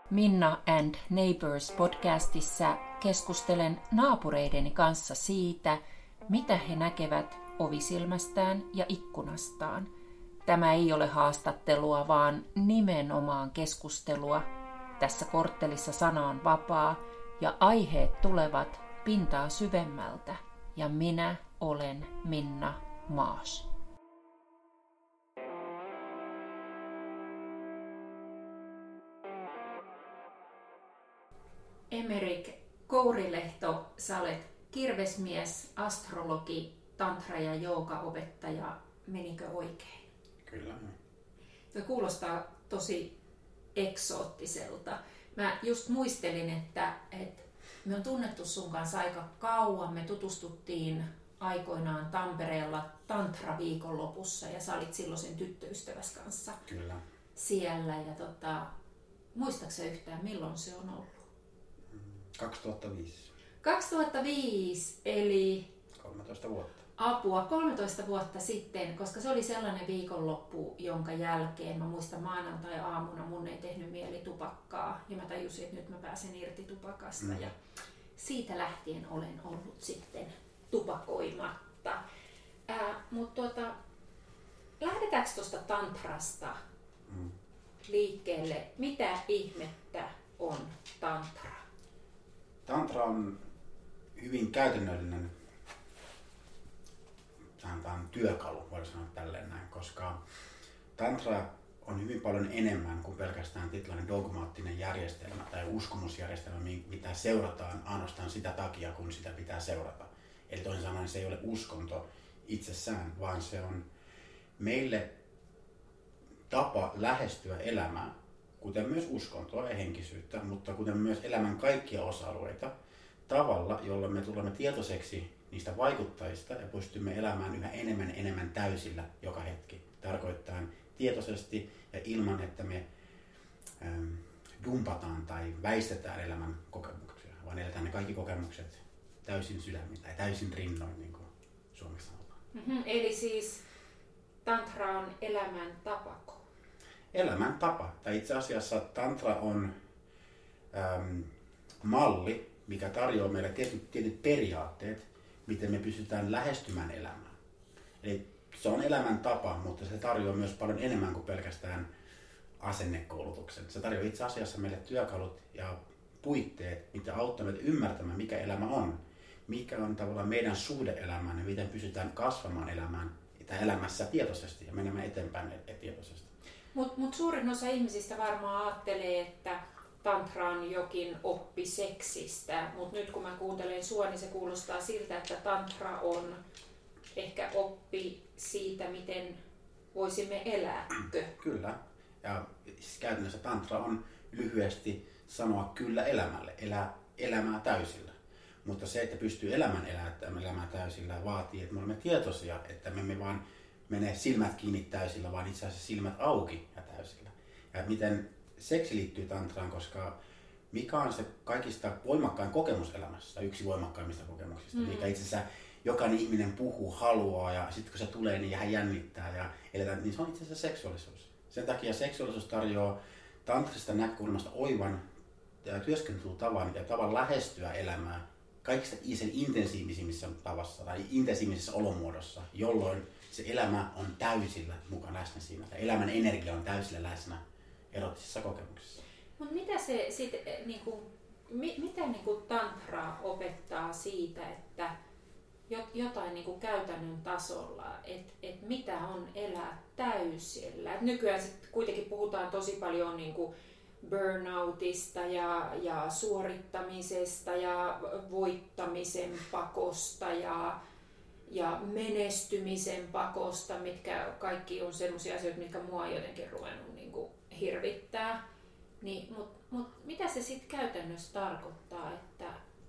Minna and Neighbors podcastissa keskustelen naapureideni kanssa siitä, mitä he näkevät ovisilmästään ja ikkunastaan. Tämä ei ole haastattelua, vaan nimenomaan keskustelua. Tässä korttelissa sana on vapaa ja aiheet tulevat pintaa syvemmältä. Ja minä olen Minna Maas. Emerik Kourilehto, sä olet kirvesmies, astrologi, tantra- ja joogaopettaja. Menikö oikein? Kyllä. Se kuulostaa tosi eksoottiselta. Mä just muistelin, että me on tunnettu sun kanssa aika kauan. Me tutustuttiin aikoinaan Tampereella tantra-viikonlopussa ja sä olit silloin sen tyttöystäväs kanssa. Kyllä. Siellä. Ja muistaaksä yhtään, milloin se on ollut? 2005. 2005, eli 13 vuotta. Apua, 13 vuotta sitten, koska se oli sellainen viikonloppu, jonka jälkeen mä muistan maanantai-aamuna mun ei tehnyt mieli tupakkaa ja mä tajusin, että nyt mä pääsen irti tupakasta ja siitä lähtien olen ollut sitten tupakoimatta. Mutta lähdetäänkö tuosta tantrasta liikkeelle? Mitä ihmettä on tantra? Tantra on hyvin käytännöllinen työkalu, voisi sanoa tälleen näin, koska tantra on hyvin paljon enemmän kuin pelkästään tietynlainen dogmaattinen järjestelmä tai uskomusjärjestelmä, mitä seurataan ainoastaan sitä takia, kun sitä pitää seurata. Eli toisin sanoen se ei ole uskonto itsessään, vaan se on meille tapa lähestyä elämää, kuten myös uskontoa ja henkisyyttä, mutta kuten myös elämän kaikkia osa-alueita, tavalla, jolla me tulemme tietoiseksi niistä vaikuttajista ja pystymme elämään yhä enemmän täysillä joka hetki. Tarkoittaa tietoisesti ja ilman, että me dumpataan tai väistetään elämän kokemuksia, vaan eletään ne kaikki kokemukset täysin sydämin tai täysin rinnoin, niin kuin suomeksi sanotaan. Eli siis tantra on elämäntapako? Elämäntapa. Tai itse asiassa tantra on malli, mikä tarjoaa meille tietyt periaatteet, miten me pystytään lähestymään elämää. Eli se on elämäntapa, mutta se tarjoaa myös paljon enemmän kuin pelkästään asennekoulutuksen. Se tarjoaa itse asiassa meille työkalut ja puitteet, mitä auttaa meitä ymmärtämään, mikä elämä on. Mikä on tavallaan meidän suhde elämään ja miten pystytään kasvamaan elämässä tietoisesti ja menemään eteenpäin tietoisesti. Mut suurin osa ihmisistä varmaan ajattelee, että tantra on jokin oppi seksistä, mutta nyt kun mä kuuntelen sua, niin se kuulostaa siltä, että tantra on ehkä oppi siitä, miten voisimme elääkö. Kyllä. Ja siis käytännössä tantra on lyhyesti sanoa kyllä elämälle, elää elämää täysillä. Mutta se, että pystyy elämää täysillä, vaatii, että me olemme tietoisia, että me emme vaan mene silmät kiinni täysillä, vaan itse asiassa silmät auki ja täysillä. Ja miten seksi liittyy tantraan, koska mikä on se kaikista voimakkain kokemus elämässä, yksi voimakkaimmista kokemuksista, mikä itse asiassa jokainen ihminen puhuu, haluaa ja sitten kun se tulee, niin hän jännittää ja eletään, niin se on itse asiassa seksuaalisuus. Sen takia seksuaalisuus tarjoaa tantrisesta näkökulmasta oivan työskentelytavan ja tavan lähestyä elämää kaikista sen intensiivisimmissä tavassa tai intensiivisessä olomuodossa, jolloin se elämä on täysillä mukana läsnä siinä. Ja elämän energia on täysillä läsnä erottisissa kokemuksissa. Mutta mitä se sitten mitä tantra opettaa siitä, että jotain käytännön tasolla, että mitä on elää täysillä? Et nykyään sit kuitenkin puhutaan tosi paljon burnoutista ja suorittamisesta ja voittamisen pakosta ja menestymisen pakosta, mitkä kaikki on sellaisia asioita, mitkä mua on jotenkin ruvennut hirvittää. Mut mitä se sitten käytännössä tarkoittaa, että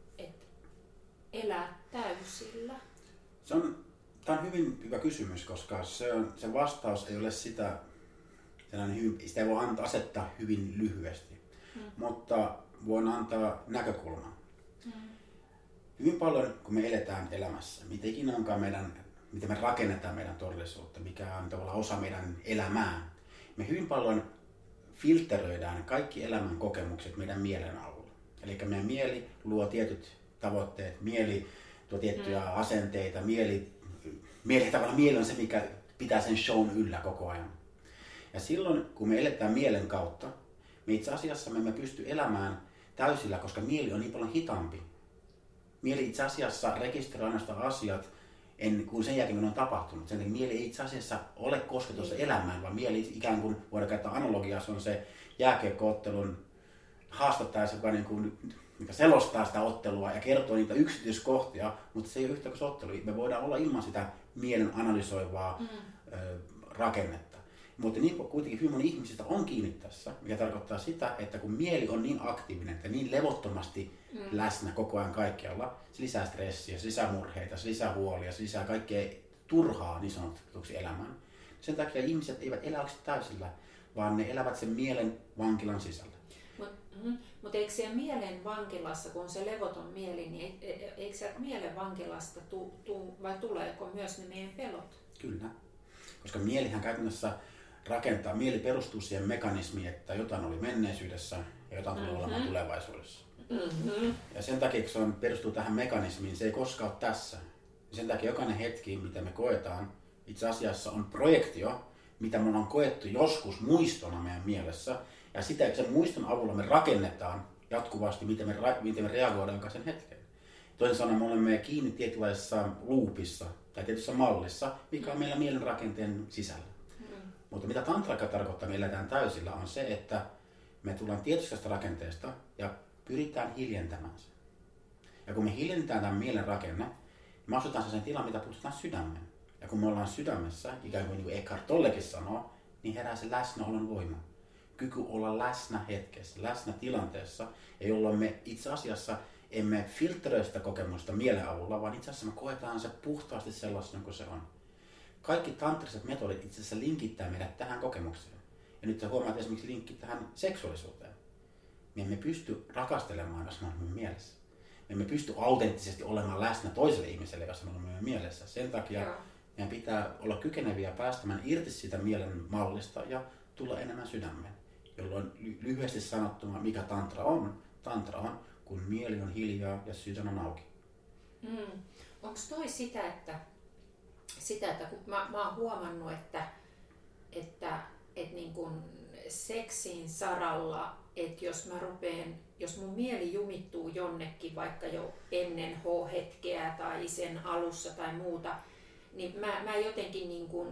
elää täysillä? Tämä on hyvin hyvä kysymys, koska se vastaus ei ole sitä ei voi asettaa hyvin lyhyesti, mutta voin antaa näkökulman. Hyvin paljon, kun me eletään elämässä, mitä ikinä onkaan miten me rakennetaan meidän todellisuutta, mikä on tavallaan osa meidän elämää, me hyvin paljon filteröidään kaikki elämän kokemukset meidän mielen avulla. Eli meidän mieli luo tietyt tavoitteet, mieli tuo tiettyjä asenteita, mieli on se, mikä pitää sen shown yllä koko ajan. Ja silloin, kun me eletään mielen kautta, me itse asiassa me emme pysty elämään täysillä, koska mieli on niin paljon hitaampi. Mieli itse asiassa rekisteröi ainoastaan asiat kuin sen jälkeen, kun ne on tapahtunut. Sen takia mieli ei itse asiassa ole kosketusta elämään, vaan mieli ikään kuin, voidaan käyttää analogiaa, se on se jääkiekko-ottelun haastattaja, mikä selostaa sitä ottelua ja kertoo niitä yksityiskohtia, mutta se ei ole yhtä kuin se ottelu. Me voidaan olla ilman sitä mielen analysoivaa rakennetta. Mutta niin kuitenkin hyvin moni ihmisistä on kiinni tässä, mikä tarkoittaa sitä, että kun mieli on niin aktiivinen ja niin levottomasti läsnä koko ajan kaikkialla, se lisää stressiä, se lisää murheita, se lisää huolia, se lisää kaikkea turhaa niin sanotuksi elämään. Sen takia ihmiset eivät elä täysillä, vaan ne elävät sen mielen vankilan sisällä. Mutta eikö siellä mielen vankilassa, kun on se levoton mieli, niin eikö sieltä mielen vankilasta vai tuleeko myös ne meidän pelot? Kyllä, koska mielihän käytännössä mieli perustuu siihen mekanismiin, että jotain oli menneisyydessä ja jotain tulee olemaan tulevaisuudessa. Ja sen takia, kun se perustuu tähän mekanismiin, se ei koskaan ole tässä. Sen takia jokainen hetki, mitä me koetaan, itse asiassa on projektio, mitä me ollaan koettu joskus muistona meidän mielessä. Ja sen muiston avulla me rakennetaan jatkuvasti, miten me reagoidaan sen hetken. Toisin sanoen me olemme kiinni tietynlaisessa loopissa tai tietyssä mallissa, mikä on meillä mielen rakenteen sisällä. Mutta mitä tantra tarkoittaa, me eletään täysillä, on se, että me tullaan tietystä rakenteesta ja pyritään hiljentämään se. Ja kun me hiljentään tämän mielen rakenne, me asutaan sen tilan, mitä kutsutaan sydämen. Ja kun me ollaan sydämessä, ikään kuin Eckhart Tollekin sanoo, niin herää se läsnäolon voima. Kyky olla läsnä hetkessä, läsnä tilanteessa, ja jolloin me itse asiassa emme filtteröi sitä kokemusta mielen avulla, vaan itse asiassa me koetaan se puhtaasti sellaisena kuin se on. Kaikki tantriset metodit itse asiassa linkittää meidät tähän kokemukseen. Ja nyt sä huomaat esimerkiksi linkki tähän seksuaalisuuteen. Me emme pysty rakastelemaan, jos me olemme mielessä. Me emme pysty autenttisesti olemaan läsnä toiselle ihmiselle, jos me olemme mielessä. Sen takia meidän pitää olla kykeneviä päästämään irti siitä mielen mallista ja tulla enemmän sydämeen. Jolloin lyhyesti sanottuna, mikä tantra on? Tantra on, kun mieli on hiljaa ja sydän on auki. Onko toi sitä, että kun mä oon huomannut, että niin kun seksin saralla, että jos mun mieli jumittuu jonnekin vaikka jo ennen H-hetkeä tai sen alussa tai muuta, niin mä jotenkin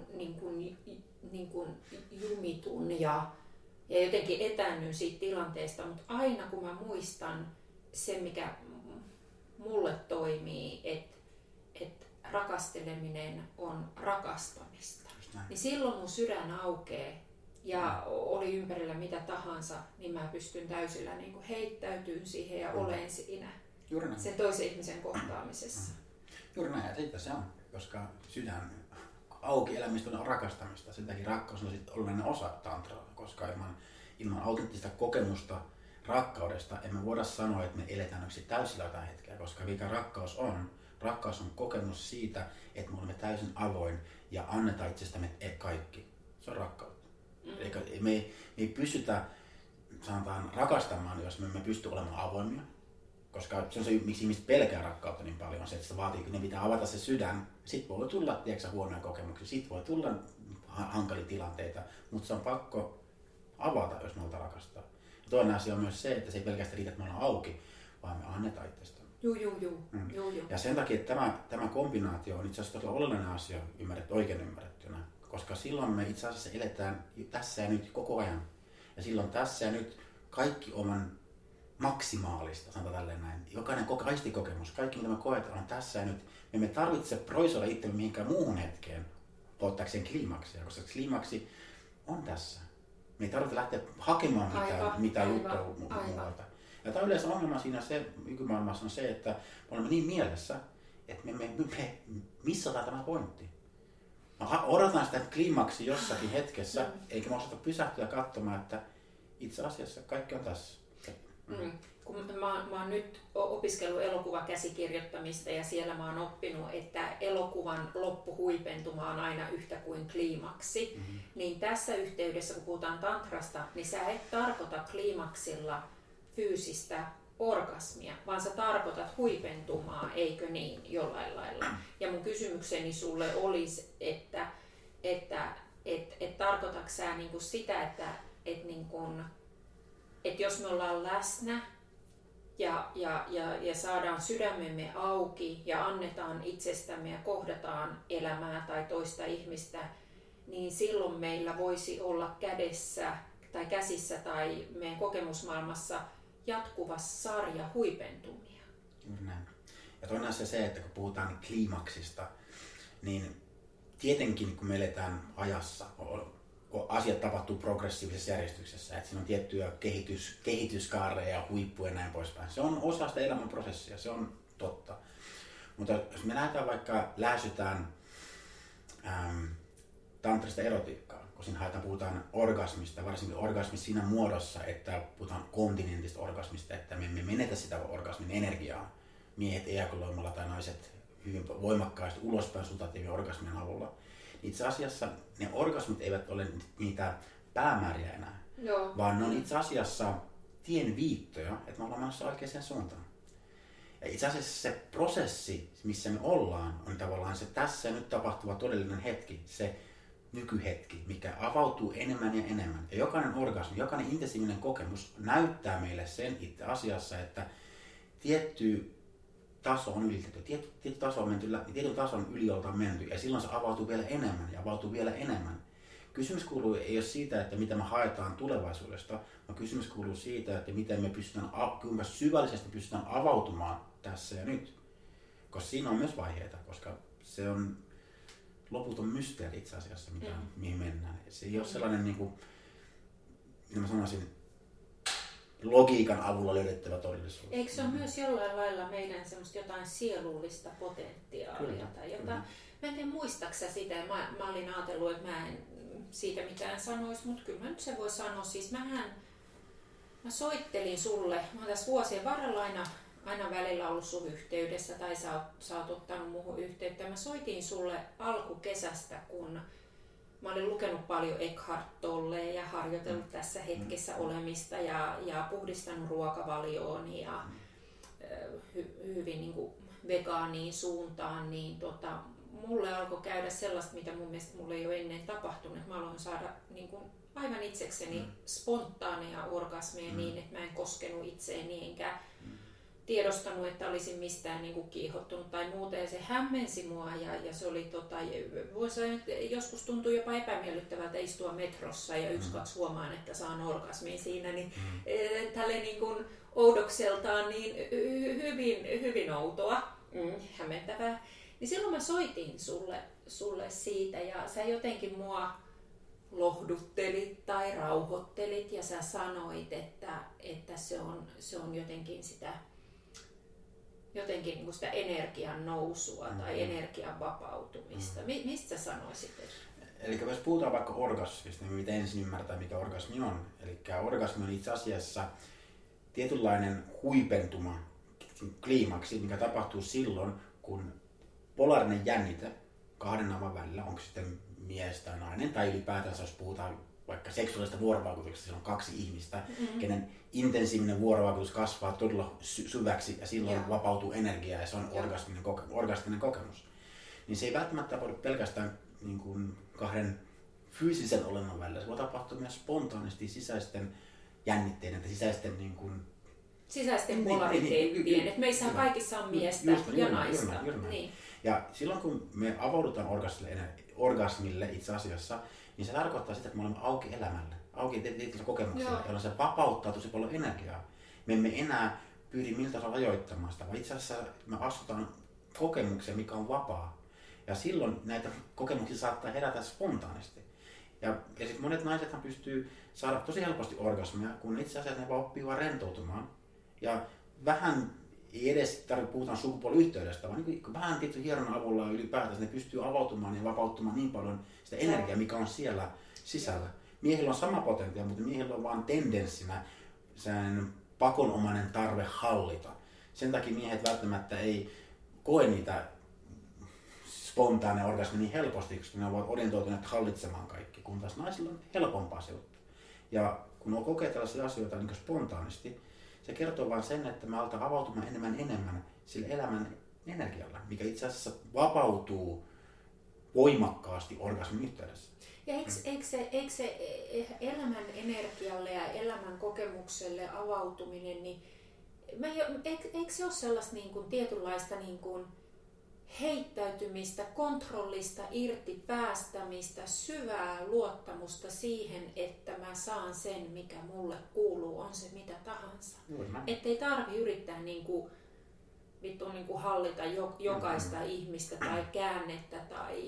niin kun jumitun ja jotenkin etäännyn siitä tilanteesta, mutta aina kun mä muistan sen, mikä mulle toimii, että rakasteleminen on rakastamista, niin silloin mun sydän aukeaa ja oli ympärillä mitä tahansa, niin mä pystyn täysillä niin kuin heittäytymään siihen ja olen siinä sen toisen ihmisen kohtaamisessa. Juuri näin, ja siitä se on, koska sydän auki elämistä on rakastamista. Sen takia rakkaus on sitten olennainen osa tantraa, koska ilman autenttista kokemusta rakkaudesta emme voida sanoa, että me eletään yksi täysillä jotain hetkeä, koska mikä rakkaus on? Rakkaus on kokemus siitä, että me olemme täysin avoin ja annetaan itsestämme kaikki. Se on rakkautta. Eli me ei pystytä sanotaan rakastamaan, jos me emme pysty olemaan avoimia. Koska se on se, miksi ihmiset pelkää rakkautta niin paljon, on se, että se vaatii, ne pitää avata se sydän. Sitten voi tulla huonoja kokemuksia, sitten voi tulla hankalia tilanteita, mutta se on pakko avata, jos me halutaan rakastaa. Ja toinen asia on myös se, että se ei pelkästään riitä, että me ollaan auki, vaan me annetaan itsestämme. Joo. Ja sen takia tämä kombinaatio on itse asiassa todella olennainen asia oikein ymmärrettynä, koska silloin me itse asiassa eletään tässä ja nyt koko ajan. Ja silloin tässä ja nyt kaikki on maksimaalista, sanotaan tälleen näin. Jokainen aistikokemus, kaikki mitä me koetaan on tässä ja nyt. Me emme tarvitse proisoida itsemme mihinkään muuhun hetkeen ottaakseen kliimaksia, koska kliimaksi on tässä. Me ei tarvitse lähteä hakemaan mitään juttua muualta. Ja tämä yleensä ongelma siinä nykymaailmassa on se, että me olemme niin mielessä, että me missataan tämä pointti. Odotetaan sitä kliimaksi jossakin hetkessä, eikä me osata pysähtyä katsomaan, että itse asiassa kaikki on tässä. kun mä oon nyt opiskellut elokuvakäsikirjoittamista ja siellä mä oon oppinut, että elokuvan loppuhuipentuma on aina yhtä kuin kliimaksi, niin tässä yhteydessä, kun puhutaan tantrasta, niin sä et tarkoita kliimaksilla fyysistä orgasmia, vaan sä tarkoitat huipentumaa, eikö niin, jollain lailla. Ja mun kysymykseni sulle olisi, että tarkoitatko sä niinku sitä, että jos me ollaan läsnä ja saadaan sydämemme auki ja annetaan itsestämme ja kohdataan elämää tai toista ihmistä, niin silloin meillä voisi olla käsissä tai meidän kokemusmaailmassa jatkuva sarja huipentumia. Näin. Ja toinen asia se, että kun puhutaan kliimaksista, niin tietenkin kun me eletään ajassa, kun asiat tapahtuu progressiivisessa järjestyksessä, että siinä on tiettyjä kehityskaareja ja huippuja ja näin poispäin. Se on osa sitä elämän prosessia, se on totta. Mutta jos me lähestytään tantrista erotiikkaa, kun siinä puhutaan orgasmista, varsinkin orgasmista siinä muodossa, että puhutaan kontinentista orgasmista, että me emme menetä sitä orgasmin energiaa miehet ejakuloimalla tai naiset hyvin voimakkaasti ulospäin sultatiivien orgasmien avulla. Itse asiassa ne orgasmit eivät ole niitä päämääriä enää, vaan ne on itse asiassa tienviittoja, että me ollaan menossa oikeaan suuntaan. Ja itse asiassa se prosessi, missä me ollaan, on tavallaan se tässä ja nyt tapahtuva todellinen hetki, se nykyhetki, mikä avautuu enemmän ja enemmän. Ja jokainen orgasmi, jokainen intensiivinen kokemus näyttää meille sen itse asiassa, että tietty taso on ylitetty, tietty taso on menty läpi, tietyn tason yli oltaan menty ja silloin se avautuu vielä enemmän ja avautuu vielä enemmän. Kysymys kuuluu ei ole siitä, että mitä me haetaan tulevaisuudesta, vaan kysymys kuuluu siitä, että miten me kuinka syvällisesti pystytään avautumaan tässä ja nyt. Koska siinä on myös vaiheita, koska se on loputon mysteeri itse asiassa, mihin mennään. Se ei ole sellainen, niin kuin, mitä mä sanoisin, logiikan avulla löydettävä todellisuus. Eikö se ole myös jollain lailla meidän semmoista jotain sielullista potentiaalia? Kyllä, tai jotain? Mä en tiedä, muistaksä sitä. Mä olin ajatellut, että mä en siitä mitään sanoisi, mutta kyllä mä nyt se voi sanoa. Siis mä soittelin sulle, mä oon tässä vuosien varrella aina välillä ollut sun yhteydessä tai sä oot ottanut muuhun yhteyttä. Mä soitin sulle alkukesästä, kun mä olin lukenut paljon Eckhart Tolleen ja harjoitellut tässä hetkessä olemista ja puhdistanut ruokavalioon ja hyvin niin kuin vegaaniin suuntaan, niin mulle alkoi käydä sellaista, mitä mun mielestä mulle ei ole ennen tapahtunut. Mä aloin saada niin kuin aivan itsekseni spontaaneja orgasmeja niin, että mä en koskenut itseeni enkä tiedostanut, että olisin mistään niin kuin kiihottunut tai muuta, ja se hämmensi mua ja se oli joskus tuntui jopa epämiellyttävältä istua metrossa ja 1-2 huomaan, että saan orgasmin siinä, niin tälle niin kuin oudokseltaan niin hyvin outoa, hämmentävää. Niin silloin mä soitin sulle siitä ja sä jotenkin mua lohduttelit tai rauhoittelit ja sä sanoit, että se on jotenkin sitä niin kuin sitä energian nousua tai energian vapautumista. Mistä sä sanoisit? Eli jos puhutaan vaikka orgasmista, niin miten ensin ymmärtää, mikä orgasmi on. Eli orgasmi on itse asiassa tietynlainen huipentuma, kliimaksi, mikä tapahtuu silloin, kun polaarinen jännite kahden navan välillä, onko sitten mies tai nainen, tai ylipäätään jos puhutaan vaikka seksuaalista vuorovaikutuksesta, siellä on 2 ihmistä, kenen intensiivinen vuorovaikutus kasvaa todella syväksi ja silloin vapautuu energiaa ja se on orgastinen kokemus. Niin se ei välttämättä tapahdu pelkästään niin kuin 2 fyysisen olennon välillä, se voi tapahtua myös spontaanisti sisäisten jännitteiden tai sisäisten niin kuin sisäisten polariteettien, että meissä kaikissa on miestä ja naista. Niin. Ja silloin kun me avaudutaan orgasmille itse asiassa, niin se tarkoittaa sitä, että me olemme auki elämälle, auki tietyllä kokemuksella, jolloin se vapauttaa tosi paljon energiaa. Me emme enää pyri miltä tasolla rajoittamaan sitä, vaan itse asiassa me astutaan kokemukseen, mikä on vapaa. Ja silloin näitä kokemuksia saattaa herätä spontaanisti. Ja sitten monet naisethan pystyy saada tosi helposti orgasmia, kun itse asiassa ne vaan oppii vaan rentoutumaan. Ja vähän ei edes puhutaan sukupuoliyhteydestä, vaan niin vähän tietyn hieron avulla ylipäätään ne pystyy avautumaan ja vapauttamaan niin paljon sitä energiaa, mikä on siellä sisällä. Miehillä on sama potentiaali, mutta miehillä on vaan tendenssinä sen pakonomainen tarve hallita. Sen takia miehet välttämättä ei koe niitä spontaaneja orgasmeja niin helposti, koska ne ovat orientoituneet hallitsemaan kaikki, kun taas naisilla on helpompaa se juttu. Ja kun on kokee tällaisia asioita niin spontaanisti, se kertoo vain sen, että me aletaan avautumaan enemmän sillä elämän energialla, mikä itse asiassa vapautuu voimakkaasti orgasmin yhteydessä. Ja eikö se elämän energialle ja elämän kokemukselle avautuminen, niin eikö se ole sellaista niin kuin tietynlaista niin kuin heittäytymistä, kontrollista, irti päästämistä, syvää luottamusta siihen, että mä saan sen, mikä mulle kuuluu, on se mitä tahansa. Että ei tarvi yrittää niin kuin hallita jokaista ihmistä tai käännettä tai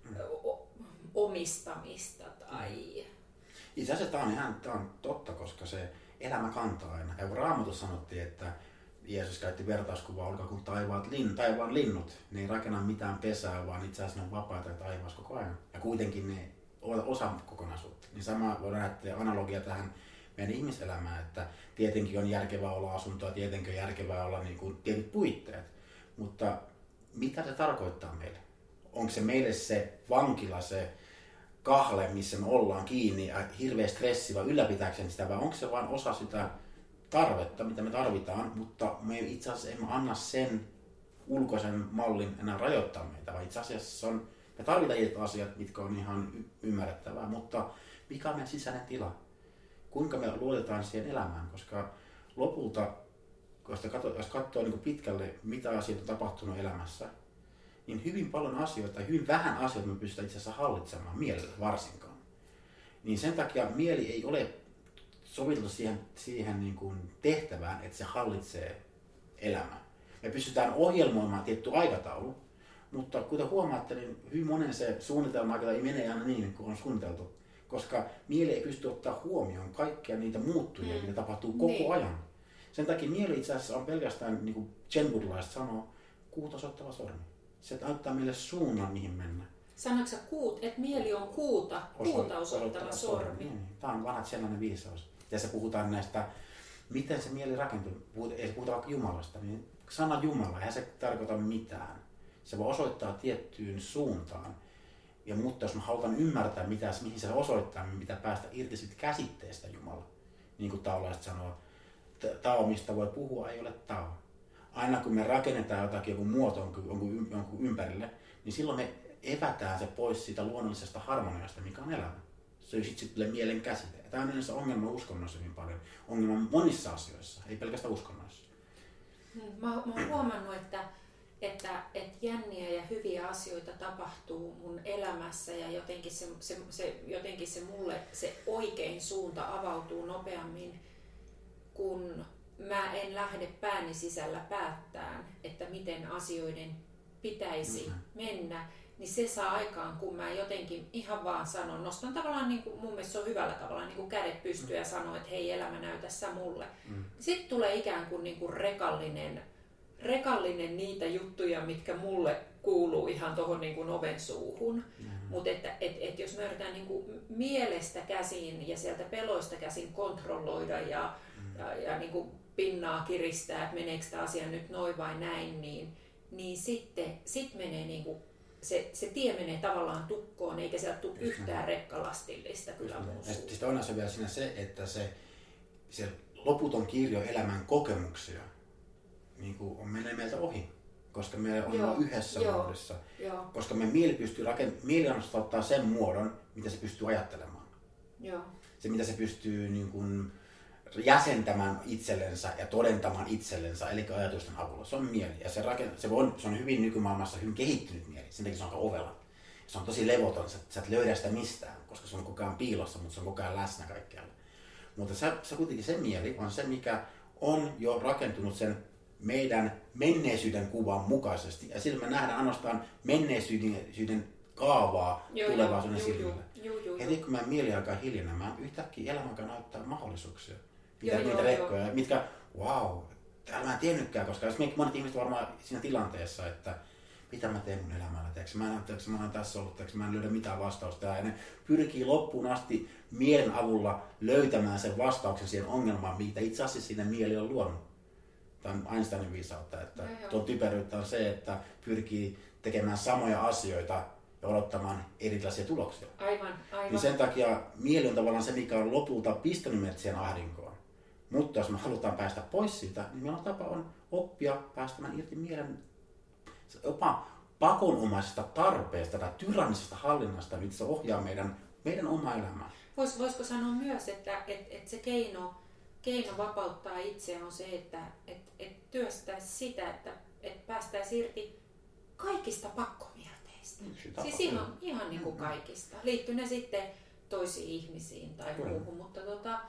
omistamista. Tai... Itse asiassa tämä on totta, koska se elämä kantaa aina. Ja kun Raamatussa sanottiin, että Jeesus käytti vertauskuvaa, olkaa kuin taivaan linnut. Ne ei rakenna mitään pesää, vaan itse asiassa ne on vapaita taivaassa koko ajan. Ja kuitenkin ne ovat osa kokonaisuutta. Niin sama voidaan nähdä analogia tähän meidän ihmiselämään, että tietenkin on järkevää olla asuntoa, tietenkin on järkevää olla niin kuin tietyt puitteet. Mutta mitä se tarkoittaa meille? Onko se meille se vankila, se kahle, missä me ollaan kiinni ja hirveä stressi vai ylläpitääkseen sitä, vai onko se vain osa sitä tarvetta, mitä me tarvitaan, mutta me itse asiassa emme anna sen ulkoisen mallin enää rajoittaa meitä, vaan itse asiassa me tarvitaan niitä asiat, mitkä on ihan ymmärrettävää, mutta mikä on meidän sisäinen tila? Kuinka me luotetaan siihen elämään, koska lopulta, jos katsoo niin pitkälle, mitä asioita on tapahtunut elämässä, niin hyvin paljon asioita, hyvin vähän asioita me pystytään itse asiassa hallitsemaan, mielellä varsinkaan. Niin sen takia mieli ei ole soviteltu siihen niin kuin tehtävään, että se hallitsee elämää. Me pystytään ohjelmoimaan tietty aikataulu, mutta kuten huomaatte, niin hyvin monen se suunnitelma ei mene aina niin kuin on suunniteltu, koska mieli ei pysty ottaa huomioon kaikkia niitä muuttujia, mitä tapahtuu koko ajan. Sen takia mieli itse asiassa on pelkästään, niin kuin Zen buddhalaiset sanoo, kuuta osoittava sormi. Se näyttää meille suunnan, mihin mennä. Sanoitko sä että mieli on kuuta osoittava sormi? Niin. Tämä on vanha sellainen viisaus. Ja se puhutaan näistä, miten se mieli rakentuu. Ei puhuta vaikka Jumalasta, niin sana Jumala, eihän se tarkoita mitään. Se voi osoittaa tiettyyn suuntaan. Ja mutta jos me halutaan ymmärtää, mihin se osoittaa, niin pitää päästä irti siitä käsitteestä Jumala. Niin kuin taolaiset sanoo, tao, mistä voi puhua, ei ole tao. Aina kun me rakennetaan jotakin, joku muoto jonkun ympärille, niin silloin me evätään se pois siitä luonnollisesta harmoniasta, mikä on elämä. Se sitten tulee mielen käsite. Tämä on yleensä ongelma uskonnossa hyvin paljon. Ongelma monissa asioissa, ei pelkästään uskonnoissa. Mä oon huomannut, että jänniä ja hyviä asioita tapahtuu mun elämässä ja jotenkin se mulle se oikein suunta avautuu nopeammin, kun mä en lähde pääni sisällä päättämään, että miten asioiden pitäisi mennä, niin se saa aikaan, kun mä jotenkin ihan vaan sanon, nostan tavallaan, niin kuin, mun mielestä se on hyvällä tavalla, niin kuin kädet pystyyn ja sanoo, että hei elämä näytä sä mulle. Sitten tulee ikään kuin rekallinen niitä juttuja, mitkä mulle kuuluu ihan tuohon niin kuin oven suuhun. Mutta että jos me yritetään niin kuin mielestä käsin ja sieltä peloista käsin kontrolloida ja niin kuin pinnaa kiristää, että meneekö tämä asia nyt noin vai näin, niin sitten menee niin kuin se tie menee tavallaan tukkoon, eikä sieltä tule yhtään rekkalastillista kyllä mun suuhun. Sitten on vielä siinä se, että se loputon kirjo elämän kokemuksia niin kuin menee meiltä ohi, koska me ollaan yhdessä muodossa. Koska mieli ottaa sen muodon, mitä se pystyy ajattelemaan. Joo. Se, mitä se pystyy niin kuin jäsentämään itsellensä ja todentamaan itsellensä, eli ajatusten avulla. Se on mieli. Ja se on hyvin nykymaailmassa hyvin kehittynyt mieli. Sen takia se on aika ovela. Se on tosi levoton. Sä et löydä sitä mistään, koska se on koko ajan piilossa, mutta se on koko ajan läsnä kaikkialla. Mutta se kuitenkin se mieli on se, mikä on jo rakentunut sen meidän menneisyyden kuvan mukaisesti. Ja silloin me nähdään ainoastaan menneisyyden kaavaa tulevaisuuden silmillä. Heti kun meidän mieli alkaa hiljenemään, yhtäkkiä elämä alkaa näyttää mahdollisuuksia. Niitä rekkoja, mitkä, täällä mä en tiennytkään, koska jos monet ihmiset varmaan siinä tilanteessa, että mitä mä teen mun elämällä, mä oon tässä ollut, mä en löydä mitään vastausta. Ja ne pyrkii loppuun asti mielen avulla löytämään sen vastauksen siihen ongelmaan, mitä itse asiassa siinä mieli on luonut. Tämä on Einsteinin viisautta, että tuon typeryyttä on se, että pyrkii tekemään samoja asioita ja odottamaan erilaisia tuloksia. Aivan. Niin sen takia mieli on tavallaan se, mikä on lopulta pistänyt meidät siihen ahdinkoon. Mutta jos me halutaan päästä pois siitä, niin meillä on tapa oppia päästämään irti mielen jopa pakonomaisesta tarpeesta tai tyrannisesta hallinnasta, mitä se ohjaa meidän omaa elämää. Voisiko sanoa myös, että se keino vapauttaa itseään on se, että työstäisi sitä, että päästäisiin irti kaikista pakkomielteistä. Siis ihan niin kuin kaikista. Liittyy ne sitten toisiin ihmisiin tai muuhun, mutta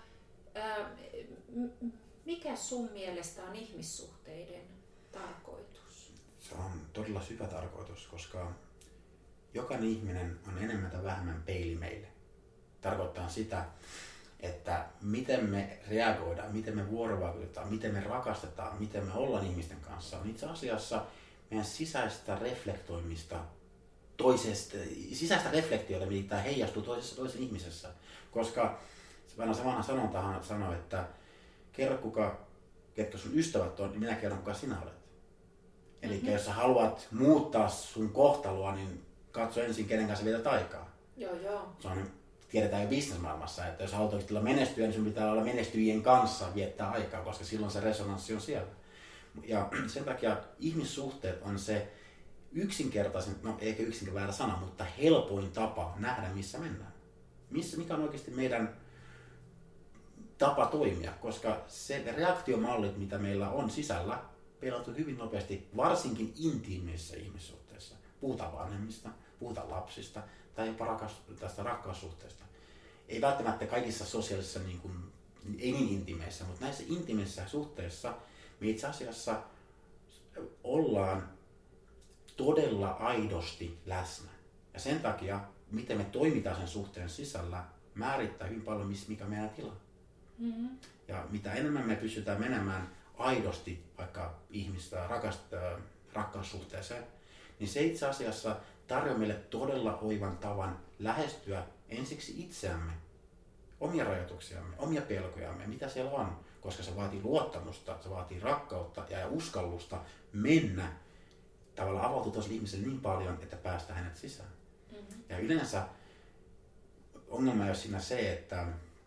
mikä sun mielestä on ihmissuhteiden tarkoitus? Se on todella syvä tarkoitus, koska jokainen ihminen on enemmän tai vähemmän peili meille. Tarkoittaa sitä, että miten me reagoidaan, miten me vuorovaikutetaan, miten me rakastetaan, miten me ollaan ihmisten kanssa, on itse asiassa meidän sisäistä reflektoimista, sisäistä reflektiota, mitä heijastuu toisessa ihmisessä. Koska vanha sanontahan sanoo, että kerro ketkä sun ystävät on, niin minä kerron kuka sinä olet. Eli jos sä haluat muuttaa sun kohtaloa, niin katso ensin kenen kanssa vietät aikaa. Joo. Se on, tiedetään jo businessmaailmassa, että jos haluat oikeasti menestyä, niin sun pitää olla menestyjien kanssa viettää aikaa, koska silloin se resonanssi on siellä. Ja sen takia ihmissuhteet on se yksinkertaisen, eikä väärä sana, mutta helpoin tapa nähdä, missä mennään. Mikä on oikeasti meidän tapa toimia, koska se reaktiomallit, mitä meillä on sisällä, peilautuu hyvin nopeasti, varsinkin intiimeissä ihmissuhteissa. Puhutaan vanhemmista, puhutaan lapsista tai jopa tästä rakkaussuhteesta. Ei välttämättä kaikissa sosiaalisissa, ei niin intiimeissä, mutta näissä intiimeissä suhteissa me itse asiassa ollaan todella aidosti läsnä. Ja sen takia, miten me toimitaan sen suhteen sisällä, määrittää hyvin paljon, mikä on meidän tila. Mm-hmm. Ja mitä enemmän me pystytään menemään aidosti vaikka ihmistä rakkaussuhteeseen, niin se itse asiassa tarjoaa meille todella oivan tavan lähestyä ensiksi itseämme, omia rajoituksiamme, omia pelkojamme, mitä siellä on, koska se vaatii luottamusta, se vaatii rakkautta ja uskallusta mennä, tavallaan avautua toiselle ihmiselle niin paljon, että päästään hänet sisään. Mm-hmm. Ja yleensä ongelma ei ole siinä se, että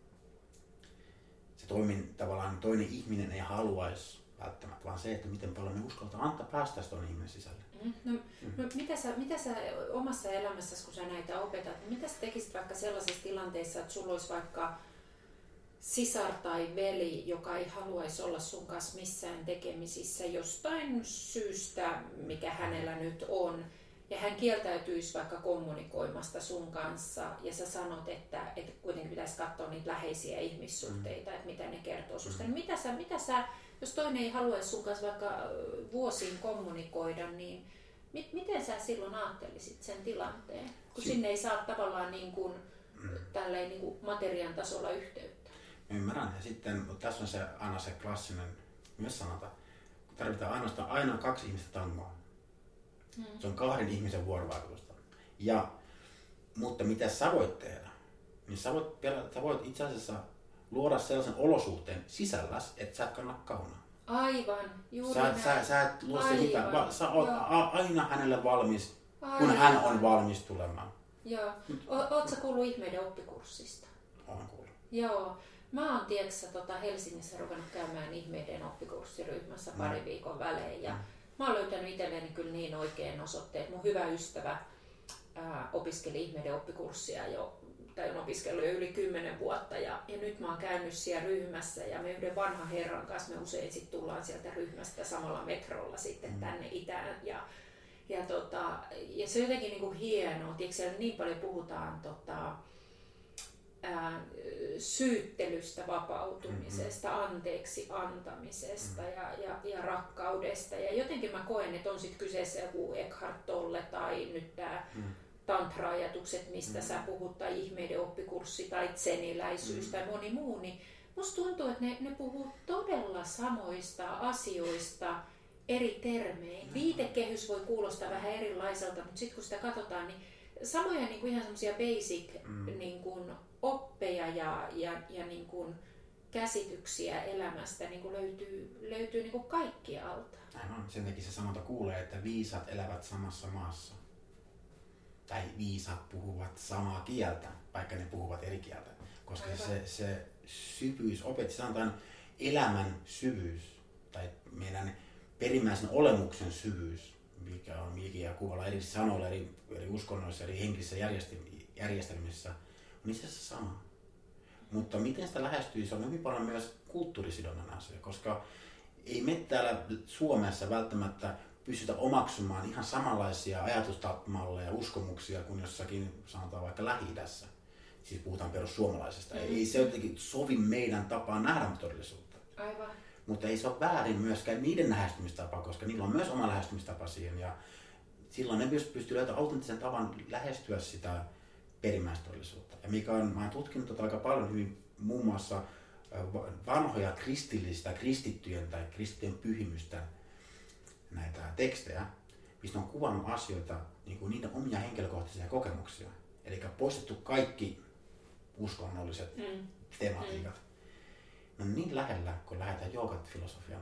se tavallaan toinen ihminen ei haluaisi välttämättä, vaan se, että miten paljon me uskaltaa antaa päästä tuonne ihminen sisälle. No, mitä sä omassa elämässäsi, kun sä näitä opetat, niin mitä sä tekisit vaikka sellaisessa tilanteessa, että sulla olisi vaikka sisar tai veli, joka ei haluaisi olla sun kanssa missään tekemisissä jostain syystä, mikä hänellä nyt on, ja hän kieltäytyisi vaikka kommunikoimasta sun kanssa, ja sä sanot, että kuitenkin pitäisi katsoa niitä läheisiä ihmissuhteita, että mitä ne kertoo susta. Niin mitä sä, jos toinen ei haluaisi sun kanssa vaikka vuosiin kommunikoida, niin miten sä silloin ajattelisit sen tilanteen, kun sinne ei saa tavallaan tälleen niin kuin materiaan tasolla yhteyttä? Ymmärrän. Ja sitten, mutta tässä on aina se klassinen myös sanota, kun tarvitaan aina kaksi ihmistä tangoa. Se on kahden ihmisen vuorovaikutusta. Mutta mitä sä voit tehdä? Niin sä voit itse asiassa luoda sellaisen olosuhteen sisälläsi, että sä et kanna kaunaa. Aivan, juuri sä et luo se mitään, vaan sä oot aina hänelle valmis, kun hän on valmis tulemaan. Joo. Oot sä kuullut ihmeiden oppikurssista? Olen kuullut. Joo. Mä oon Helsingissä ruvennut käymään ihmeiden oppikurssiryhmässä pari viikon välein. Ja mä oon löytänyt itselleni kyllä niin oikein osoitteet. Mun hyvä ystävä opiskeli ihmeiden oppikurssia tai on opiskellut jo yli 10 vuotta. Ja nyt mä oon käynyt siellä ryhmässä ja me yhden vanhan herran kanssa me usein sit tullaan sieltä ryhmästä samalla metrolla sitten tänne itään. Ja se on jotenkin niinku hienoa. Tiedätkö, siellä niin paljon puhutaan syyttelystä, vapautumisesta, anteeksi antamisesta ja rakkaudesta. Ja jotenkin mä koen, että on sitten kyseessä joku Eckhart Tolle tai nyt tämä tantra-ajatukset, mistä sä puhut, tai ihmeiden oppikurssi tai tseniläisyys tai moni muu, niin musta tuntuu, että ne puhuu todella samoista asioista eri termein. Viitekehys voi kuulostaa vähän erilaiselta, mutta sitten kun sitä katsotaan, niin samoja niin kuin ihan semmoisia basic niin kuin oppeja ja niin kuin käsityksiä elämästä niin kuin löytyy niin kuin kaikkialta. Aivan. Sen takia se sanonta kuulee, että viisaat elävät samassa maassa. Tai viisaat puhuvat samaa kieltä, vaikka ne puhuvat eri kieltä. Koska se syvyys, sanotaan elämän syvyys, tai meidän perimmäisen olemuksen syvyys, mikä on mikä kuvalla eri sanoilla, eri uskonnoissa, eri henkisissä järjestelmissä, on itse asiassa sama. Mutta miten sitä lähestyy, se on hyvin paljon myös kulttuurisidonnainen asia, koska ei me täällä Suomessa välttämättä pystytä omaksumaan ihan samanlaisia ajatustamalleja ja uskomuksia kuin jossakin, sanotaan vaikka Lähi-idässä. Siis puhutaan perussuomalaisesta. Ei se jotenkin sovi meidän tapaan nähdä todellisuutta. Aivan. Mutta ei se ole väärin myöskään niiden lähestymistapa, koska niillä on myös oma lähestymistapa siihen. Ja silloin ne pystyy löytämään autenttisen tavan lähestyä sitä perimmäistodellisuutta. Ja mä oon tutkinut aika paljon hyvin muun muassa vanhoja kristittyjen tai kristittyjen pyhimystä näitä tekstejä, missä on kuvannut asioita niin kuin niiden omia henkilökohtaisia kokemuksia. Eli poistettu kaikki uskonnolliset tematiikat. No niin lähellä, kun lähdetään jooga-filosofian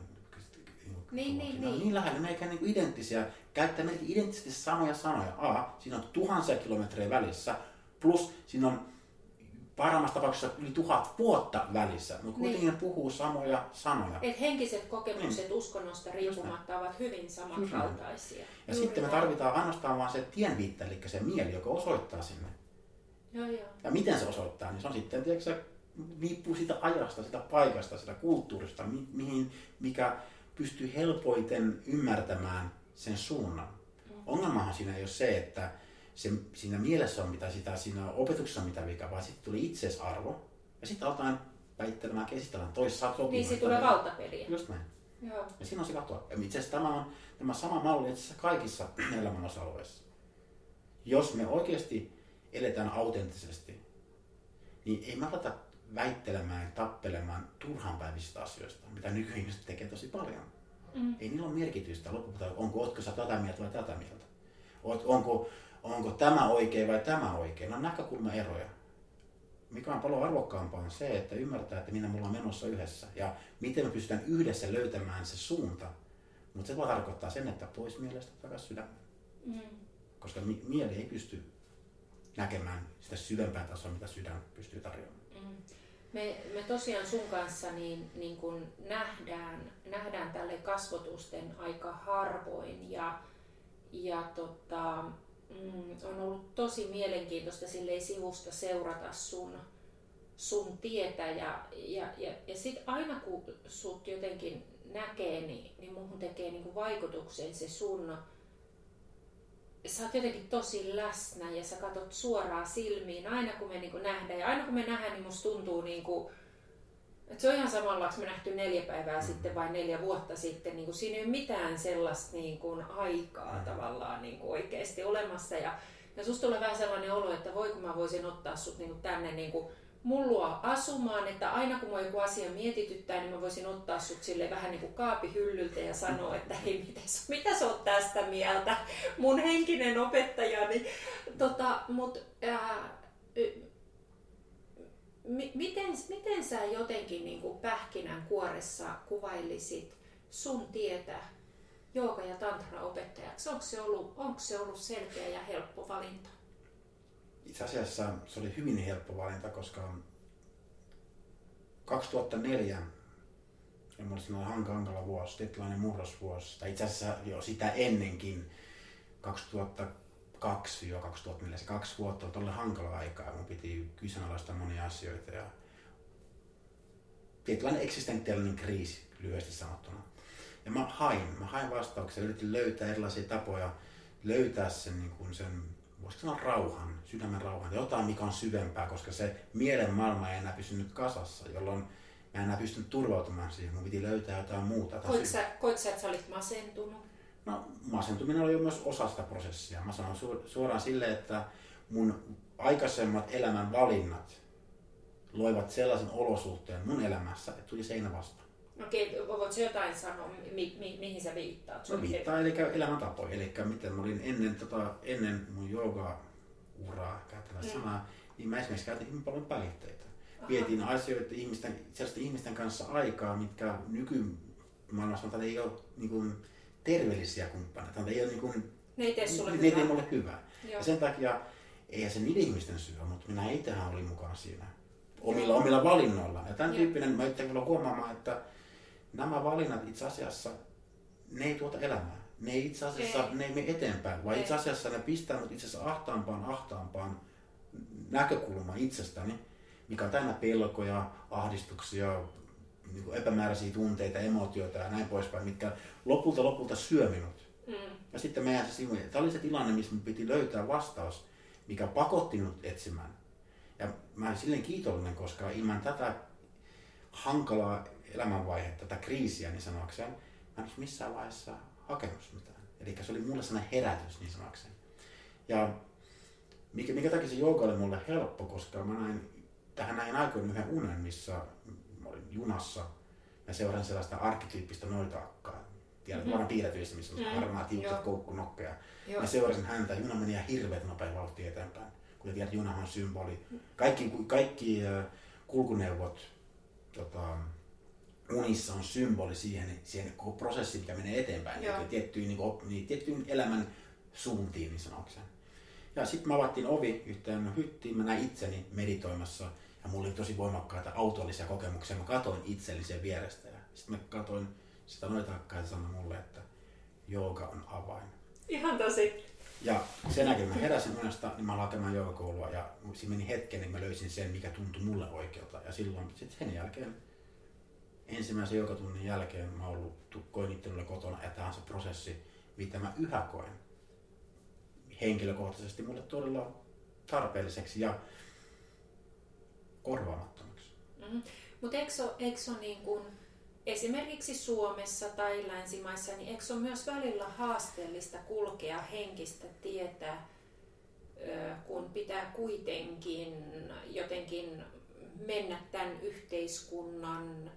niin lähellä, meikä niin identtisiä, käyttää melkein identtisesti samoja sanoja. Siinä on tuhansia kilometrejä välissä, plus siinä on parhaimmassa tapauksessa yli 1000 vuotta välissä, mutta kuitenkin ne puhuu samoja sanoja. Et henkiset kokemukset uskonnosta riippumatta ovat hyvin samankaltaisia. Ja sitten me tarvitaan ainoastaan vaan se tienviitta, eli se mieli, joka osoittaa sinne. Joo. Ja miten se osoittaa, niin se on sitten, tiedätkö, riippuu siitä ajasta, sitä paikasta, sitä kulttuurista, mikä pystyy helpoiten ymmärtämään sen suunnan. Ongelmahan siinä ei ole se, että siinä mielessä on mitä sitä, siinä opetuksessa on mitä vika, vaan sitten tuli itseisarvo. Ja sitten aletaan väittelemään, käsitellään toisessa sopimaan. Niin, siitä tulee valtapeliä. Just näin. Joo. Ja siinä on se katoa. Itse asiassa tämä on tämä sama malli itse asiassa kaikissa elämän osa-alueissa. Jos me oikeasti eletään autenttisesti, niin ei me aleta väittelemään ja tappelemaan turhanpäiväisistä asioista, mitä nykyihmiset tekee tosi paljon. Ei niillä ole merkitystä loppujen, ootko sä tätä mieltä vai tätä mieltä. Onko tämä oikein vai tämä oikein. Ne on näkökulmaeroja. Mikä on paljon arvokkaampaa on se, että ymmärtää, että minä me ollaan menossa yhdessä. Ja miten me pystytään yhdessä löytämään se suunta. Mutta se voi tarkoittaa sen, että pois mielestä takaisin sydämeen. Koska mieli ei pysty näkemään sitä syvempää tasoa, mitä sydän pystyy tarjoamaan. Me tosiaan sun kanssa niin kun nähdään tälle kasvotusten aika harvoin on ollut tosi mielenkiintoista silleen sivusta seurata sun tietä ja sit aina kun sut jotenkin näkee, niin muhun tekee niinku vaikutuksen se sä oot jotenkin tosi läsnä ja sä katot suoraan silmiin aina kun me niinku nähdään. Ja aina kun me nähdään, niin musta tuntuu niinku, että se on ihan samalla, me nähty 4 päivää sitten vai 4 vuotta sitten. Niinku siinä ei ole mitään sellaista niinku aikaa tavallaan niinku oikeasti olemassa. Ja susta tulee vähän sellainen olo, että kun mä voisin ottaa sut niinku tänne niinku mun luo asumaan, että aina kun mua joku asia mietityttää, niin mä voisin ottaa sut silleen vähän niin kuin kaapihyllyltä ja sanoa, että hei, mitä sä oot tästä mieltä, mun henkinen opettajani. Miten sä jotenkin niin kuin pähkinänkuoressa kuvailisit sun tietä jooga- ja tantra-opettajaksi? Onko se ollut selkeä ja helppo valinta? Itse asiassa se oli hyvin helppo valinta, koska 2004 oli hankala vuosi, tietynlainen murrosvuosi, tai itse asiassa jo sitä ennenkin 2002-2004, se 2 vuotta oli todella hankala aikaa ja mun piti kyseenalaistaa monia asioita ja tietynlainen eksistentiaalinen kriisi lyhyesti sanottuna. Ja mä hain vastauksia, yritin löytää erilaisia tapoja löytää sen voisiko sanoa rauhan, sydämen rauhan, jotain mikä on syvempää, koska se mielen maailma ei enää pysynyt kasassa, jolloin mä en enää pystynyt turvautumaan siihen. Mun piti löytää jotain muuta. Koitko sä, että sä olit masentunut? No, masentuminen oli jo myös osa sitä prosessia. Mä sanon suoraan silleen, että mun aikaisemmat elämän valinnat loivat sellaisen olosuhteen mun elämässä, että tuli seinä vastaan. Okei, voitko jotain sanoa, mihin sä viittaat? No viittaa, eli elämäntapoja. Eli miten mä olin ennen mun jooga-uraa käyttävä sanaa, niin mä esimerkiksi käytin hyvin paljon päihteitä. Vietin asioita sellaisten ihmisten kanssa aikaa, mitkä nykymaailmassa ei ole niin kuin terveellisiä kumppaneita. Ei ole, niin kuin, ne ei tee sulle hyvää. Ne ei tee mulle hyvää. Ja sen takia, eihän se niiden ihmisten syy, mutta minä itsehän olin mukana siinä omilla valinnoilla. Ja tämän tyyppinen, mä itse kyllä huomaamaan, että nämä valinnat itse asiassa, ne ei tuota elämää. Ne ei itse asiassa ne ei mene eteenpäin, vaan itse asiassa ne pistää mut itse asiassa ahtaampaan näkökulmaan itsestäni, mikä on täynnä pelkoja, ahdistuksia, niin kuin epämääräisiä tunteita, emootioita ja näin poispäin, mitkä lopulta syö minut. Ja sitten mä jäin siihen, tämä oli se tilanne, missä minun piti löytää vastaus, mikä pakotti minut etsimään. Ja mä olen silleen kiitollinen, koska ilman tätä hankalaa elämänvaihetta, tätä kriisiä niin sanoakseen, mä en olisi missään vaiheessa hakenut mitään. Eli se oli mulle sellainen herätys niin sanoakseen. Ja mikä takia se jooga oli mulle helppo, koska mä näin aikoin yhden unen, missä mä olin junassa ja seurasin sellaista arkkityyppistä noitaakkaa. Tiedät, varmaan piirretyistä, missä on harmaa tiukset koukkunokkeja. Mä seurasin häntä, juna meni ihan hirveät nopea vauhtia eteenpäin. Kuten tiedät, junahan on symboli. Kaikki kulkuneuvot unissa on symboli siihen koko prosessiin, mikä menee eteenpäin. Tiettyyn elämän suuntiin, niin sanokseen. Ja sitten mä avattiin ovi yhteen hyttiin, mä näin itseni meditoimassa. Ja mulla oli tosi voimakkaita autollisia kokemuksia. Mä katoin itselleni sen vierestä. Ja sitten mä katoin sitä noitaakkaa ja sanoi mulle, että jooga on avain. Ihan tosi. Ja sen jälkeen mä heräsin unesta, niin mä aloin hakemaan joogakoulua ja siinä meni hetken, niin mä löysin sen, mikä tuntui mulle oikealta. Ja silloin sitten sen jälkeen, ensimmäisen joogatunnin jälkeen mä koin itteni kotona ja tämä on se prosessi, mitä mä yhä koen henkilökohtaisesti mulle todella tarpeelliseksi ja korvaamattomaksi. Mutta eikö niin kuin esimerkiksi Suomessa tai länsimaissa, niin eikö ole myös välillä haasteellista kulkea henkistä tietä, kun pitää kuitenkin jotenkin mennä tämän yhteiskunnan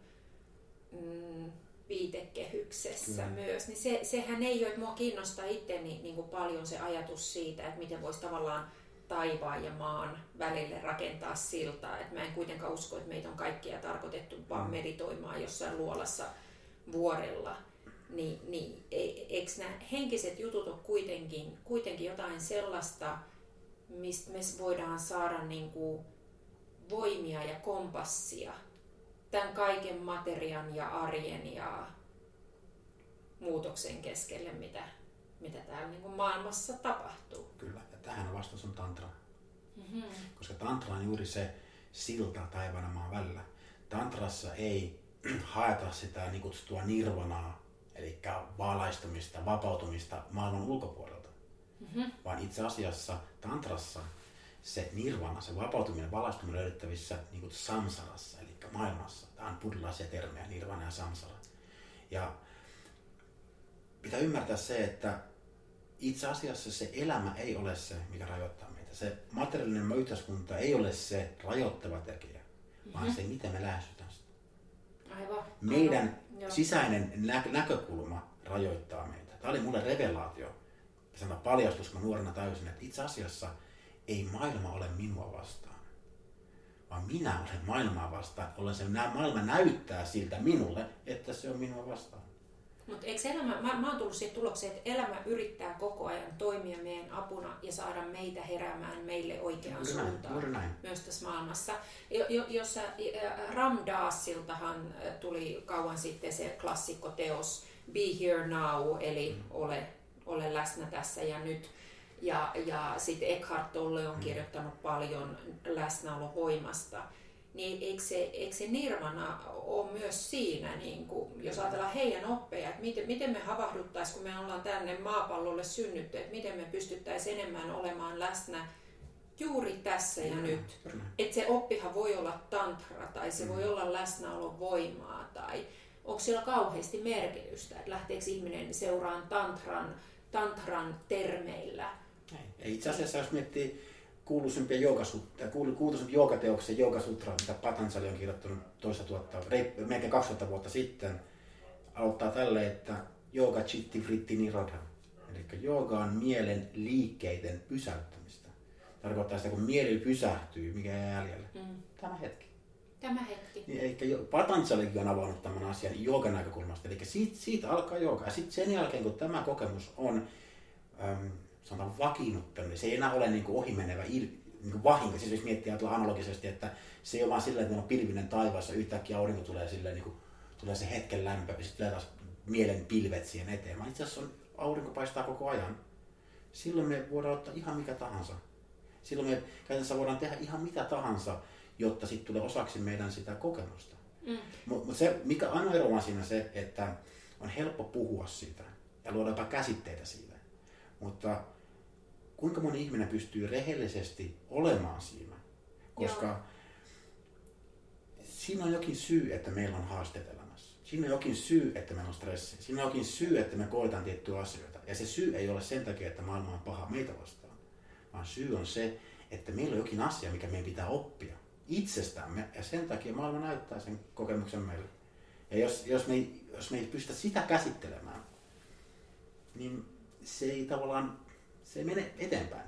viitekehyksessä myös. Niin sehän ei ole, että mua kiinnostaa itteni niin kuin paljon se ajatus siitä, että miten voisi tavallaan taivaan ja maan välille rakentaa siltaa. Et mä en kuitenkaan usko, että meitä on kaikkia tarkoitettu vaan meditoimaan jossain luolassa vuorella. Niin eikö nämä henkiset jutut ole kuitenkin jotain sellaista, mistä me voidaan saada niinku voimia ja kompassia tämän kaiken materian ja arjen ja muutoksen keskelle, mitä täällä niinku maailmassa tapahtuu? Kyllä. Tähän vastaus on tantra. Koska tantra on juuri se silta taivaan ja maan välillä. Tantrassa ei haeta sitä niin kutsuttua nirvanaa, eli valaistumista, vapautumista maailman ulkopuolelta. Vaan itse asiassa tantrassa se nirvana, se vapautuminen, valaistuminen löydettävissä niin samsarassa, eli maailmassa. Tämä on buddhalaisia termejä, nirvana ja samsara. Ja pitää ymmärtää se, että itse asiassa se elämä ei ole se, mikä rajoittaa meitä. Se materiaalinen yhteiskunta ei ole se rajoittava tekijä, vaan se, miten me lähestytään sitä. Aivan. Meidän sisäinen näkökulma rajoittaa meitä. Tämä oli mulle revelaatio. Sanotaan paljastus, kun mä nuorena tajusin, että itse asiassa ei maailma ole minua vastaan, vaan minä olen maailmaa vastaan. Maailma näyttää siltä minulle, että se on minua vastaan. Mutta eikö mä oon tullut siihen tulokseen, että elämä yrittää koko ajan toimia meidän apuna ja saada meitä heräämään meille oikeaan suuntaan myös tässä maailmassa. Jossa Ram Dassiltahan tuli kauan sitten se klassikkoteos Be Here Now, eli ole läsnä tässä ja nyt. Ja sitten Eckhart Tolle on kirjoittanut paljon läsnäolovoimasta. Niin eikö se nirvana ole myös siinä, niin kuin, jos ajatellaan heidän oppeja, että miten me havahduttaisiin, kun me ollaan tänne maapallolle synnytty, että miten me pystyttäisiin enemmän olemaan läsnä juuri tässä ja nyt. Että se oppihan voi olla tantra tai se voi olla läsnäolon voimaa tai onko sillä kauheasti merkitystä, että lähteekö ihminen seuraan tantran termeillä? Ei. Itse asiassa jos miettii kuuluisimpia joogateoksia Yoga-sutra, mitä Patanjali on kirjoittanut melkein 2000 vuotta sitten, aloittaa tälle, että Yoga Chitti Vritti Nirodha. Eli jooga on mielen liikkeiden pysäyttämistä. Tarkoittaa sitä, kun mieli pysähtyy, mikä jää jäljelle. Tämä hetki. Niin, eli Patanjalikin on avannut tämän asian joogan näkökulmasta. Eli siitä alkaa jooga. Ja sitten sen jälkeen, kun tämä kokemus on sanotaan vakiinnuttanut, se ei enää ole niin kuin ohimenevä niin vahinko. Siis jos miettii analogisesti, että se ei ole vaan silleen, että meillä on pilvinen taivaassa ja yhtäkkiä aurinko tulee silleen, niin kuin, tulee se hetken lämpö ja sitten tulee taas mielen pilvet siihen eteen. Vaan itse asiassa aurinko paistaa koko ajan. Silloin me voidaan ottaa ihan mikä tahansa. Silloin me käytännössä voidaan tehdä ihan mitä tahansa, jotta sitten tulee osaksi meidän sitä kokemusta. Mutta se, mikä aina ero on siinä se, että on helppo puhua siitä ja luoda jopa käsitteitä siitä. Mutta kuinka moni ihminen pystyy rehellisesti olemaan siinä? Koska siinä on jokin syy, että meillä on haasteet elämässä. Siinä on jokin syy, että meillä on stressi. Siinä on jokin syy, että me koetaan tiettyjä asioita. Ja se syy ei ole sen takia, että maailma on paha meitä vastaan. Vaan syy on se, että meillä on jokin asia, mikä meidän pitää oppia itsestämme. Ja sen takia maailma näyttää sen kokemuksen meille. Ja jos me ei pystytä sitä käsittelemään, niin se ei mene eteenpäin.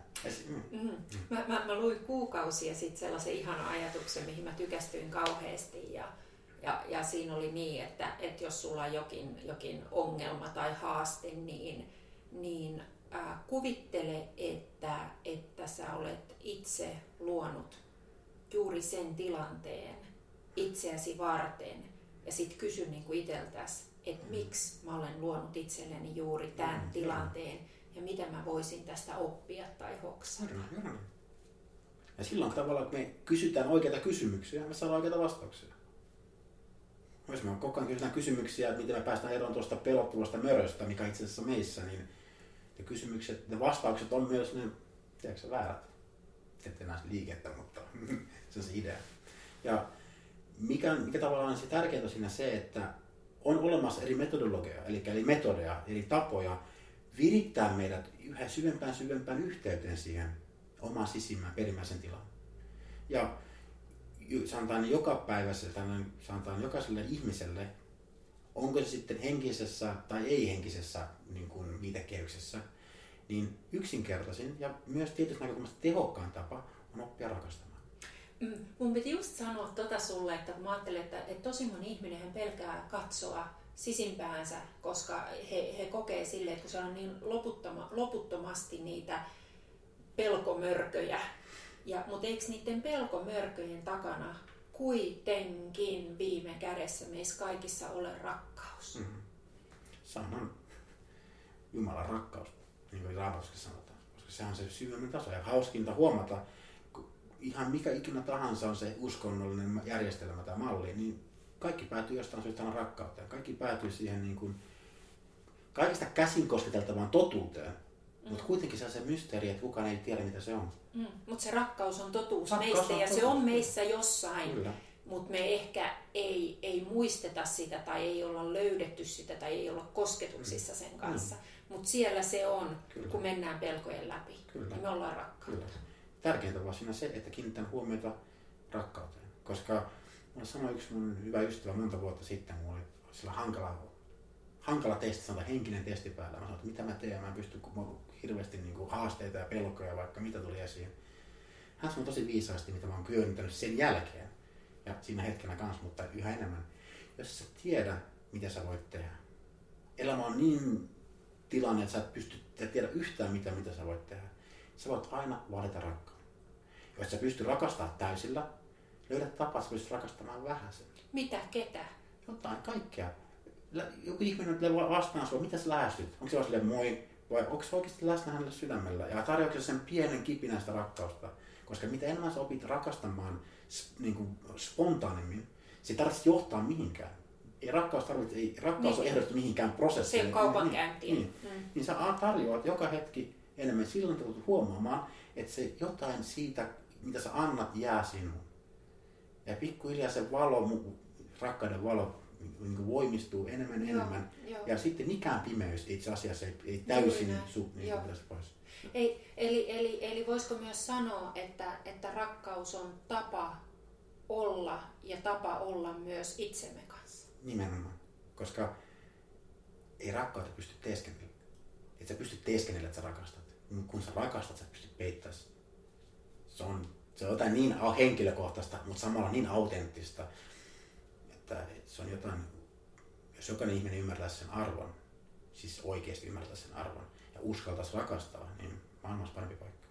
Mä luin kuukausia sitten sellaisen ihanan ajatuksen, mihin mä tykästyin kauheasti. Ja siinä oli niin, että jos sulla on jokin ongelma tai haaste, niin kuvittele, että sä olet itse luonut juuri sen tilanteen itseäsi varten. Ja sitten kysy niin kuin itseltäsi, että miksi mä olen luonut itselleni juuri tämän tilanteen ja mitä mä voisin tästä oppia tai hoksata. Ja silloin tavallaan, kun me kysytään oikeita kysymyksiä, me saadaan oikeita vastauksia. Jos me koko ajan kysytään kysymyksiä, että miten me päästään eroon tuosta pelottavasta möröstä, mikä itse asiassa meissä, niin ne vastaukset on myös ne, tiedätkö, väärät. Ette näe liikettä, mutta se on se idea. Ja mikä tavallaan on se tärkeintä siinä se, että on olemassa eri metodologeja, eli metodeja, eri tapoja virittää meidät yhä syvempään yhteyteen siihen omaan sisimmään perimmäisen tilaan. Ja sanotaan sanotaan jokaiselle ihmiselle, onko se sitten henkisessä tai ei-henkisessä niin kuin viitekehyksessä, niin yksinkertaisin ja myös tietysti näkökulmasta tehokkain tapa on oppia rakastamaan. Mun piti just sanoa sulle, että mä ajattelen, että tosi moni ihminen pelkää katsoa sisimpäänsä, koska he kokee silleen, että kun siellä on niin loputtomasti niitä pelkomörköjä, mutta eikö niiden pelkomörköjen takana kuitenkin viime kädessä meissä kaikissa ole rakkaus? Sanan Jumalan rakkaus, niin kuin Raamatossakin sanotaan, koska se on se syvemmin taso. Ja hauskinta huomata, ihan mikä ikinä tahansa on se uskonnollinen järjestelmä tai malli, niin kaikki päätyy jostain syystä aina rakkauteen. Kaikki päätyy siihen niin kuin kaikista käsin kosketeltavaan totuuteen. Mutta kuitenkin se on se mysteeri, että kukaan ei tiedä, mitä se on. Mutta se rakkaus on totuus meistä ja se on meissä jossain. Mutta me ehkä ei muisteta sitä tai ei olla löydetty sitä tai ei olla kosketuksissa sen kanssa. Mutta siellä se on, kun mennään pelkojen läpi. Niin me ollaan rakkautta. Tärkeintä vaan siinä se, että kiinnitän huomiota rakkauteen. Koska mulle sanoi yksi mun hyvä ystävä monta vuotta sitten, mulla oli sillä hankala testi, sanotaan henkinen testi päällä. Mä sanoin, että mitä mä teen, mä en pysty, kun mulla on hirveästi niin kuin haasteita ja pelkoja, vaikka mitä tuli esiin. Hän sanoi tosi viisaasti, mitä mä oon hyödyntänyt sen jälkeen. Ja siinä hetkenä kanssa, mutta yhä enemmän. Jos sä tiedä, mitä sä voit tehdä. Elämä on niin tilanne, että sä et pysty tiedä yhtään mitä sä voit tehdä. Sä voit aina valita rakkauden. Jos sä pystyt rakastamaan täysillä, löydät tapaa, että sä pystyt rakastamaan vähäsen. Mitä? Ketä? Jotain, kaikkea. Joku ihminen tulee vastaan sua, mitä sä lähestyt? Onko se vaan silleen moi, vai onko se oikeasti läsnä hänelle sydämellä? Ja tarjoatko sen pienen kipinäistä rakkausta? Koska mitä enemmän sä opit rakastamaan niin kuin spontaanimmin, se ei tarvitse johtaa mihinkään. Rakkaus on ehdotettu mihinkään prosessiin. Se on kaupankäyntiä. Niin sä tarjoat joka hetki enemmän. Silloin tulet huomaamaan, että se jotain siitä, mitä sä annat, jää sinuun. Ja pikkuhiljaa se rakkauden valo niin voimistuu enemmän. Ja sitten mikään pimeys itse asiassa ei täysin pitäisi pois. Eli voisiko myös sanoa, että rakkaus on tapa olla ja tapa olla myös itsemme kanssa? Nimenomaan, koska ei rakkautta pysty teeskennellä. Et sä pysty teeskennellä, että sä rakastat. Kun sä rakastat, sä pystyt peittämään. Se on jotain niin henkilökohtaista, mutta samalla niin autenttista, että se on jotain, jos jokainen ihminen ymmärtää sen arvon, siis oikeasti ymmärtää sen arvon ja uskaltaisi rakastaa, niin maailma olisi parempi paikka.